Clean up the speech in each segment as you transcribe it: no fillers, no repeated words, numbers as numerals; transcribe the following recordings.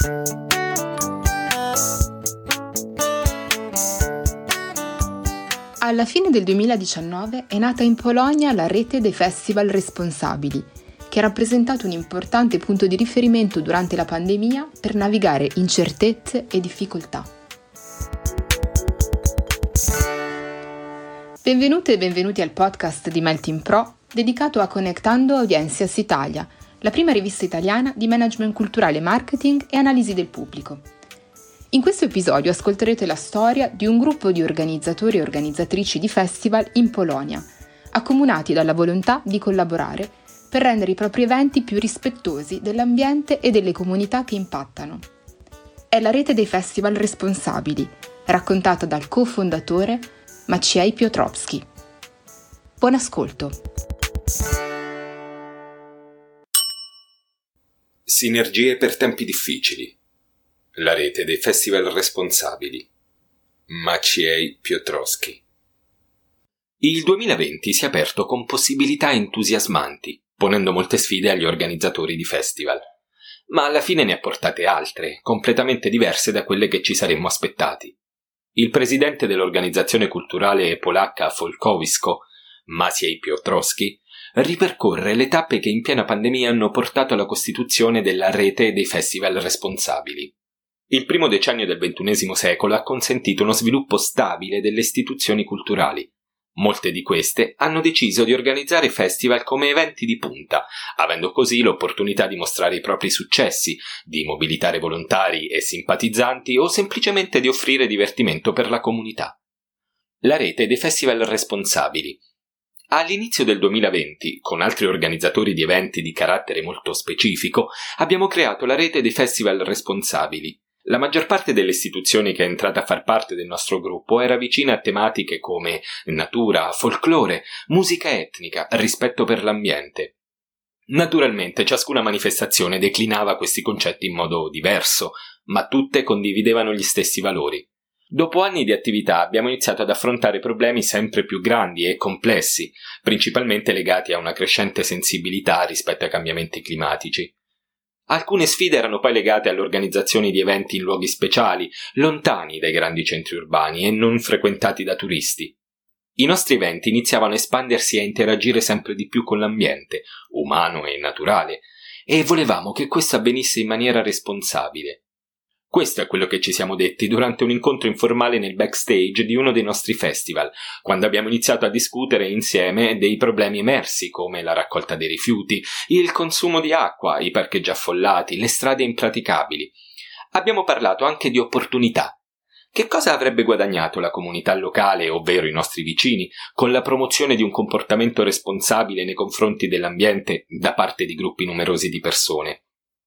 Alla fine del 2019 è nata in Polonia la rete dei festival responsabili, che ha rappresentato un importante punto di riferimento durante la pandemia per navigare incertezze e difficoltà. Benvenute e benvenuti al podcast di Melting Pro, dedicato a Conectando Audiencias Italia, la prima rivista italiana di management culturale, marketing e analisi del pubblico. In questo episodio ascolterete la storia di un gruppo di organizzatori e organizzatrici di festival in Polonia, accomunati dalla volontà di collaborare per rendere i propri eventi più rispettosi dell'ambiente e delle comunità che impattano. È la rete dei festival responsabili, raccontata dal cofondatore Maciej Piotrowski. Buon ascolto! Sinergie per tempi difficili. La rete dei festival responsabili. Maciej Piotrowski. Il 2020 si è aperto con possibilità entusiasmanti, ponendo molte sfide agli organizzatori di festival. Ma alla fine ne ha portate altre, completamente diverse da quelle che ci saremmo aspettati. Il presidente dell'organizzazione culturale polacca Folkowisko, Maciej Piotrowski, ripercorre le tappe che in piena pandemia hanno portato alla costituzione della rete dei festival responsabili. Il primo decennio del XXI secolo ha consentito uno sviluppo stabile delle istituzioni culturali. Molte di queste hanno deciso di organizzare festival come eventi di punta, avendo così l'opportunità di mostrare i propri successi, di mobilitare volontari e simpatizzanti o semplicemente di offrire divertimento per la comunità. La rete dei festival responsabili. All'inizio del 2020, con altri organizzatori di eventi di carattere molto specifico, abbiamo creato la rete dei festival responsabili. La maggior parte delle istituzioni che è entrata a far parte del nostro gruppo era vicina a tematiche come natura, folklore, musica etnica, rispetto per l'ambiente. Naturalmente ciascuna manifestazione declinava questi concetti in modo diverso, ma tutte condividevano gli stessi valori. Dopo anni di attività abbiamo iniziato ad affrontare problemi sempre più grandi e complessi, principalmente legati a una crescente sensibilità rispetto ai cambiamenti climatici. Alcune sfide erano poi legate all'organizzazione di eventi in luoghi speciali, lontani dai grandi centri urbani e non frequentati da turisti. I nostri eventi iniziavano a espandersi e a interagire sempre di più con l'ambiente, umano e naturale, e volevamo che questo avvenisse in maniera responsabile. Questo è quello che ci siamo detti durante un incontro informale nel backstage di uno dei nostri festival, quando abbiamo iniziato a discutere insieme dei problemi emersi come la raccolta dei rifiuti, il consumo di acqua, i parcheggi affollati, le strade impraticabili. Abbiamo parlato anche di opportunità. Che cosa avrebbe guadagnato la comunità locale, ovvero i nostri vicini, con la promozione di un comportamento responsabile nei confronti dell'ambiente da parte di gruppi numerosi di persone?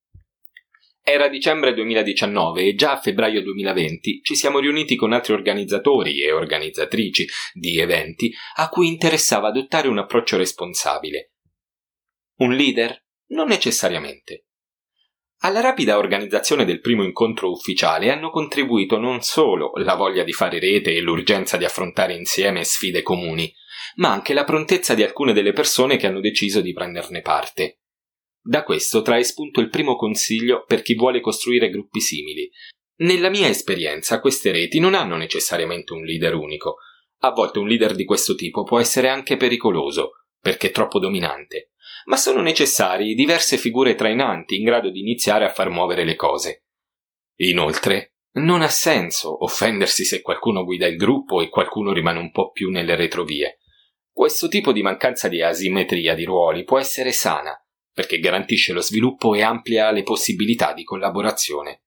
Era dicembre 2019 e già a febbraio 2020 ci siamo riuniti con altri organizzatori e organizzatrici di eventi a cui interessava adottare un approccio responsabile. Un leader? Non necessariamente. Alla rapida organizzazione del primo incontro ufficiale hanno contribuito non solo la voglia di fare rete e l'urgenza di affrontare insieme sfide comuni, ma anche la prontezza di alcune delle persone che hanno deciso di prenderne parte. Da questo trae spunto il primo consiglio per chi vuole costruire gruppi simili. Nella mia esperienza, queste reti non hanno necessariamente un leader unico. A volte un leader di questo tipo può essere anche pericoloso, perché troppo dominante, ma sono necessarie diverse figure trainanti in grado di iniziare a far muovere le cose. Inoltre, non ha senso offendersi se qualcuno guida il gruppo e qualcuno rimane un po' più nelle retrovie. Questo tipo di mancanza di asimmetria di ruoli può essere sana, perché garantisce lo sviluppo e amplia le possibilità di collaborazione.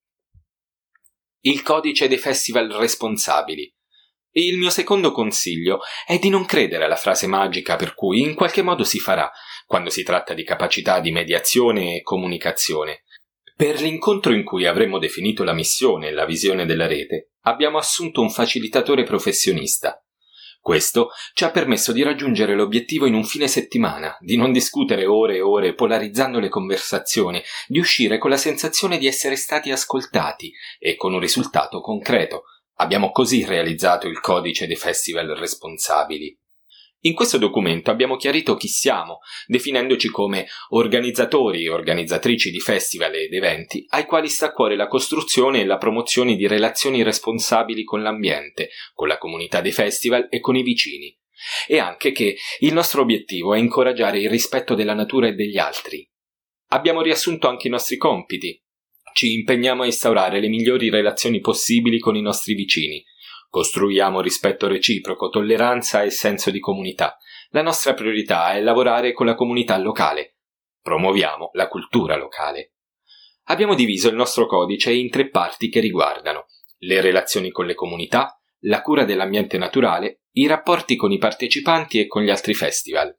Il codice dei festival responsabili. Il mio secondo consiglio è di non credere alla frase magica per cui in qualche modo si farà, quando si tratta di capacità di mediazione e comunicazione. Per l'incontro in cui avremmo definito la missione e la visione della rete, abbiamo assunto un facilitatore professionista. Questo ci ha permesso di raggiungere l'obiettivo in un fine settimana, di non discutere ore e ore polarizzando le conversazioni, di uscire con la sensazione di essere stati ascoltati e con un risultato concreto. Abbiamo così realizzato il codice dei festival responsabili. In questo documento abbiamo chiarito chi siamo, definendoci come organizzatori e organizzatrici di festival ed eventi ai quali sta a cuore la costruzione e la promozione di relazioni responsabili con l'ambiente, con la comunità dei festival e con i vicini, e anche che il nostro obiettivo è incoraggiare il rispetto della natura e degli altri. Abbiamo riassunto anche i nostri compiti. Ci impegniamo a instaurare le migliori relazioni possibili con i nostri vicini. Costruiamo rispetto reciproco, tolleranza e senso di comunità. La nostra priorità è lavorare con la comunità locale. Promuoviamo la cultura locale. Abbiamo diviso il nostro codice in 3 parti che riguardano le relazioni con le comunità, la cura dell'ambiente naturale, i rapporti con i partecipanti e con gli altri festival.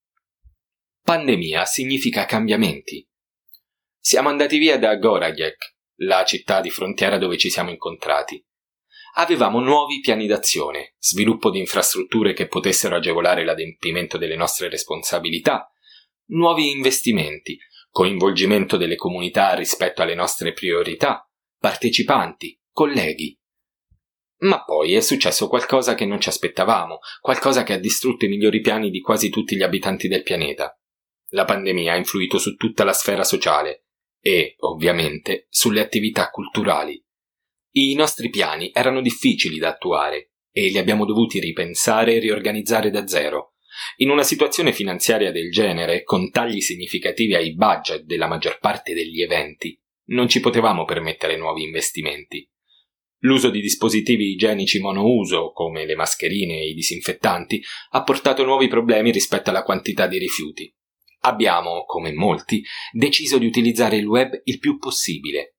Pandemia significa cambiamenti. Siamo andati via da Gorakhpur, la città di frontiera dove ci siamo incontrati. Avevamo nuovi piani d'azione, sviluppo di infrastrutture che potessero agevolare l'adempimento delle nostre responsabilità, nuovi investimenti, coinvolgimento delle comunità rispetto alle nostre priorità, partecipanti, colleghi. Ma poi è successo qualcosa che non ci aspettavamo, qualcosa che ha distrutto i migliori piani di quasi tutti gli abitanti del pianeta. La pandemia ha influito su tutta la sfera sociale e, ovviamente, sulle attività culturali. I nostri piani erano difficili da attuare e li abbiamo dovuti ripensare e riorganizzare da zero. In una situazione finanziaria del genere, con tagli significativi ai budget della maggior parte degli eventi, non ci potevamo permettere nuovi investimenti. L'uso di dispositivi igienici monouso, come le mascherine e i disinfettanti, ha portato nuovi problemi rispetto alla quantità di rifiuti. Abbiamo, come molti, deciso di utilizzare il web il più possibile.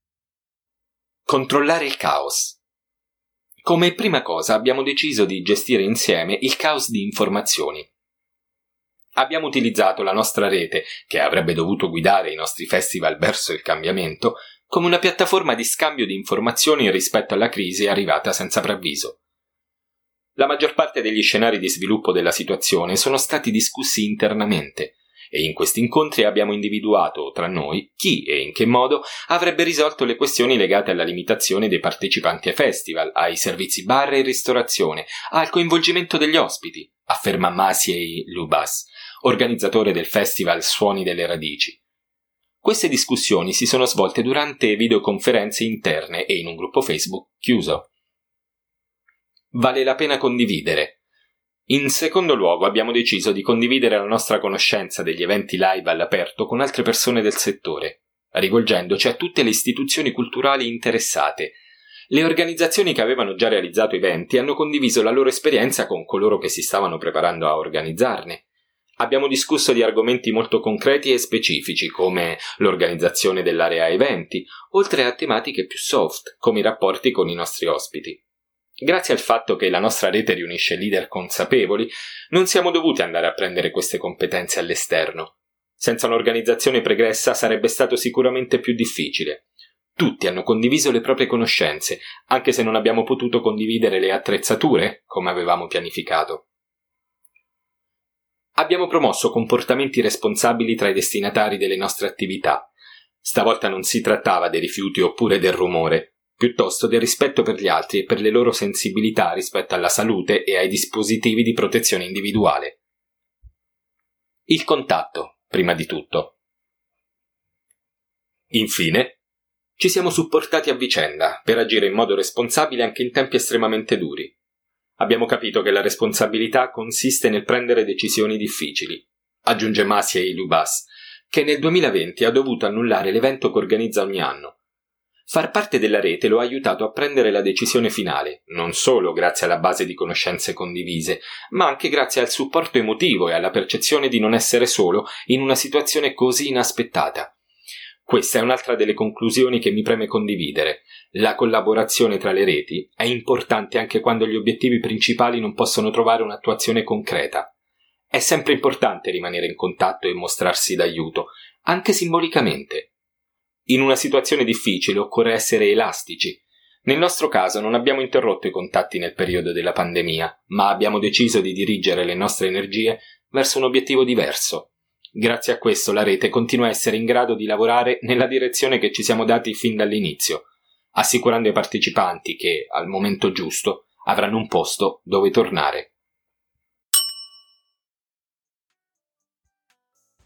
Controllare il caos. Come prima cosa abbiamo deciso di gestire insieme il caos di informazioni. Abbiamo utilizzato la nostra rete, che avrebbe dovuto guidare i nostri festival verso il cambiamento, come una piattaforma di scambio di informazioni rispetto alla crisi arrivata senza preavviso. La maggior parte degli scenari di sviluppo della situazione sono stati discussi internamente, e in questi incontri abbiamo individuato tra noi chi e in che modo avrebbe risolto le questioni legate alla limitazione dei partecipanti ai festival, ai servizi bar e ristorazione, al coinvolgimento degli ospiti, afferma Maciej Lubas, organizzatore del festival Suoni delle Radici. Queste discussioni si sono svolte durante videoconferenze interne e in un gruppo Facebook chiuso. Vale la pena condividere. In secondo luogo abbiamo deciso di condividere la nostra conoscenza degli eventi live all'aperto con altre persone del settore, rivolgendoci a tutte le istituzioni culturali interessate. Le organizzazioni che avevano già realizzato eventi hanno condiviso la loro esperienza con coloro che si stavano preparando a organizzarne. Abbiamo discusso di argomenti molto concreti e specifici, come l'organizzazione dell'area eventi, oltre a tematiche più soft, come i rapporti con i nostri ospiti. Grazie al fatto che la nostra rete riunisce leader consapevoli, non siamo dovuti andare a prendere queste competenze all'esterno. Senza un'organizzazione pregressa sarebbe stato sicuramente più difficile. Tutti hanno condiviso le proprie conoscenze, anche se non abbiamo potuto condividere le attrezzature, come avevamo pianificato. Abbiamo promosso comportamenti responsabili tra i destinatari delle nostre attività. Stavolta non si trattava dei rifiuti oppure del rumore, piuttosto del rispetto per gli altri e per le loro sensibilità rispetto alla salute e ai dispositivi di protezione individuale. Il contatto, prima di tutto. Infine, ci siamo supportati a vicenda per agire in modo responsabile anche in tempi estremamente duri. Abbiamo capito che la responsabilità consiste nel prendere decisioni difficili, aggiunge Maciej Lubas, che nel 2020 ha dovuto annullare l'evento che organizza ogni anno. Far parte della rete lo ha aiutato a prendere la decisione finale, non solo grazie alla base di conoscenze condivise, ma anche grazie al supporto emotivo e alla percezione di non essere solo in una situazione così inaspettata. Questa è un'altra delle conclusioni che mi preme condividere. La collaborazione tra le reti è importante anche quando gli obiettivi principali non possono trovare un'attuazione concreta. È sempre importante rimanere in contatto e mostrarsi d'aiuto, anche simbolicamente. In una situazione difficile occorre essere elastici. Nel nostro caso non abbiamo interrotto i contatti nel periodo della pandemia, ma abbiamo deciso di dirigere le nostre energie verso un obiettivo diverso. Grazie a questo la rete continua a essere in grado di lavorare nella direzione che ci siamo dati fin dall'inizio, assicurando ai partecipanti che, al momento giusto, avranno un posto dove tornare.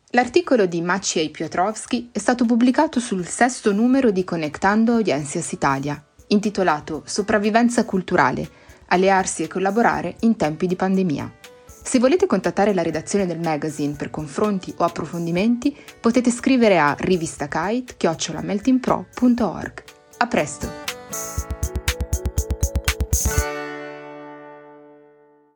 L'articolo di Maciej Piotrowski è stato pubblicato sul 6° numero di Conectando Audiencias Italia, intitolato Sopravvivenza culturale, allearsi e collaborare in tempi di pandemia. Se volete contattare la redazione del magazine per confronti o approfondimenti, potete scrivere a rivistacait@meltingpro.org. A presto!